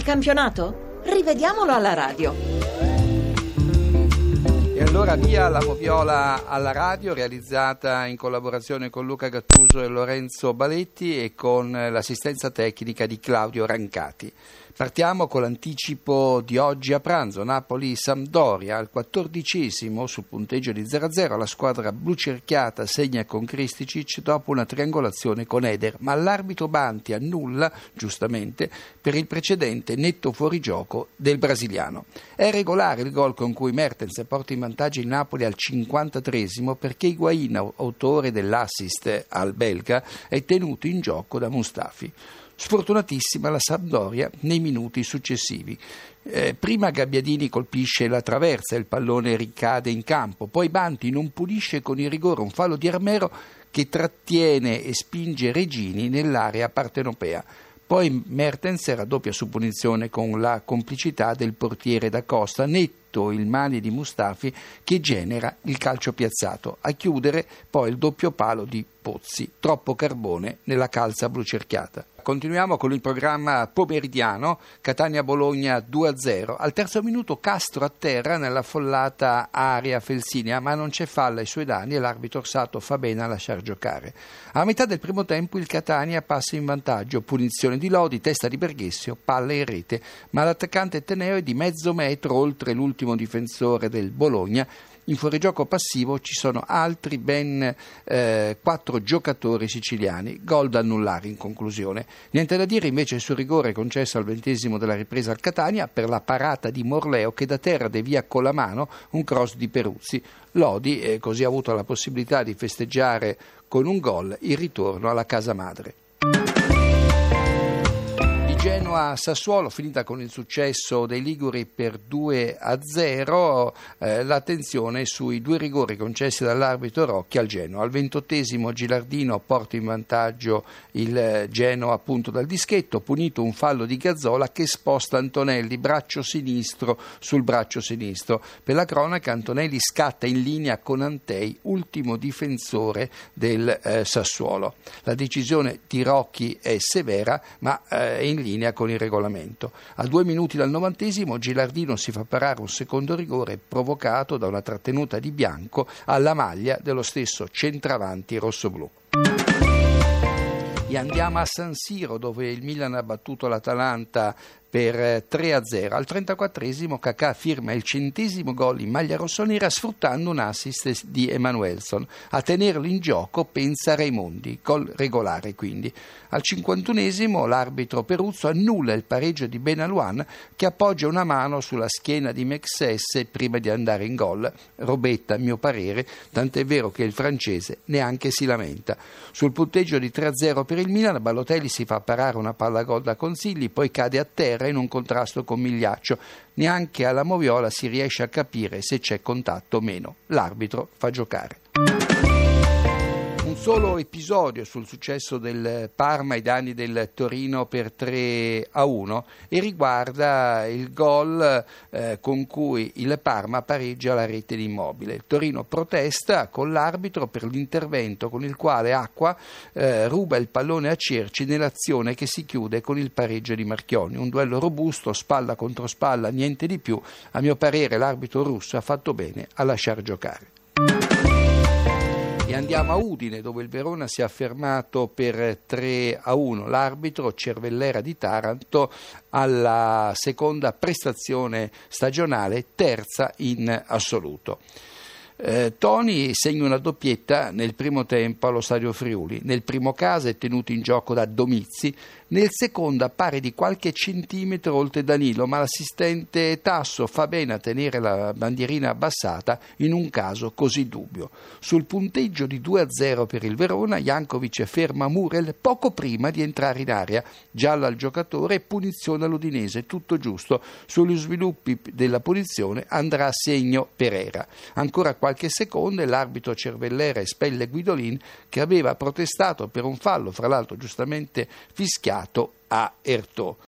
campionato? Rivediamolo alla radio. E allora via la moviola alla radio, realizzata in collaborazione con Luca Gattuso e Lorenzo Baletti e con l'assistenza tecnica di Claudio Rancati. Partiamo con l'anticipo di oggi a pranzo. Napoli-Sampdoria al 14° sul punteggio di 0-0. La squadra blucerchiata segna con Kristicic dopo una triangolazione con Eder, ma l'arbitro Banti annulla, giustamente, per il precedente netto fuorigioco del brasiliano. È regolare il gol con cui Mertens porta in vantaggio il Napoli al 53° perché Higuaín, autore dell'assist al belga, è tenuto in gioco da Mustafi. Sfortunatissima la Sampdoria nei minuti successivi. Prima Gabbiadini colpisce la traversa, il pallone ricade in campo, poi Banti non pulisce con il rigore un fallo di Armero che trattiene e spinge Regini nell'area partenopea. Poi Mertens raddoppia su punizione con la complicità del portiere da Costa, netto il mani di Mustafi che genera il calcio piazzato. A chiudere poi il doppio palo di Pozzi, troppo carbone nella calza blucerchiata. Continuiamo con il programma pomeridiano. Catania-Bologna 2-0. Al terzo minuto Castro a terra nell'affollata area felsinia, ma non c'è falla ai suoi danni e l'arbitro Orsato fa bene a lasciar giocare. A metà del primo tempo il Catania passa in vantaggio, punizione di Lodi, testa di Berghessio, palla in rete, ma l'attaccante teneo è di mezzo metro oltre l'ultimo difensore del Bologna. In fuorigioco passivo ci sono altri ben 4 giocatori siciliani, gol da annullare in conclusione. Niente da dire invece sul rigore concesso al 20° della ripresa al Catania per la parata di Morleo che da terra devia con la mano un cross di Peruzzi. Lodi così ha avuto la possibilità di festeggiare con un gol il ritorno alla casa madre. Genoa-Sassuolo, finita con il successo dei liguri per 2-0, l'attenzione sui 2 rigori concessi dall'arbitro Rocchi al Genoa. Al 28° Gilardino porta in vantaggio il Genoa appunto dal dischetto, punito un fallo di Gazzola che sposta Antonelli, braccio sinistro sul braccio sinistro. Per la cronaca Antonelli scatta in linea con Antei, ultimo difensore del Sassuolo. La decisione di Rocchi è severa, ma è in linea con il regolamento. A 2 minuti dal 90° Gilardino si fa parare un secondo rigore provocato da una trattenuta di Bianco alla maglia dello stesso centravanti rossoblù. E andiamo a San Siro dove il Milan ha battuto l'Atalanta per 3-0. Al 34° Kakà firma il 100° gol in maglia rossonera sfruttando un assist di Emanuelson. A tenerlo in gioco pensa Raimondi, gol regolare quindi. Al 51° l'arbitro Peruzzo annulla il pareggio di Benalouan che appoggia una mano sulla schiena di Mexes prima di andare in gol. Robetta a mio parere, tant'è vero che il francese neanche si lamenta. Sul punteggio di 3-0 per il Milan Balotelli si fa parare una palla gol da Consigli, poi cade a terra in un contrasto con Migliaccio. Neanche alla moviola si riesce a capire se c'è contatto o meno. L'arbitro fa giocare. Un solo episodio sul successo del Parma ai danni del Torino per 3-1 e riguarda il gol con cui il Parma pareggia la rete di Immobile. Il Torino protesta con l'arbitro per l'intervento con il quale Acqua ruba il pallone a Cerci nell'azione che si chiude con il pareggio di Marchionni. Un duello robusto, spalla contro spalla, niente di più. A mio parere l'arbitro russo ha fatto bene a lasciar giocare. E andiamo a Udine dove il Verona si è affermato per 3-1. L'arbitro Cervellera di Taranto alla seconda prestazione stagionale, terza in assoluto. Toni segna una doppietta nel primo tempo allo Stadio Friuli. Nel primo caso è tenuto in gioco da Domizzi, nel secondo appare di qualche centimetro oltre Danilo, ma l'assistente Tasso fa bene a tenere la bandierina abbassata in un caso così dubbio. Sul punteggio di 2-0 per il Verona, Jankovic ferma Murel poco prima di entrare in area, giallo al giocatore e punizione all'Udinese, tutto giusto. Sugli sviluppi della punizione andrà a segno Pereira. Ancora qualche secondo e l'arbitro Cervellera espelle Guidolin che aveva protestato per un fallo, fra l'altro giustamente fischiato a Ertò.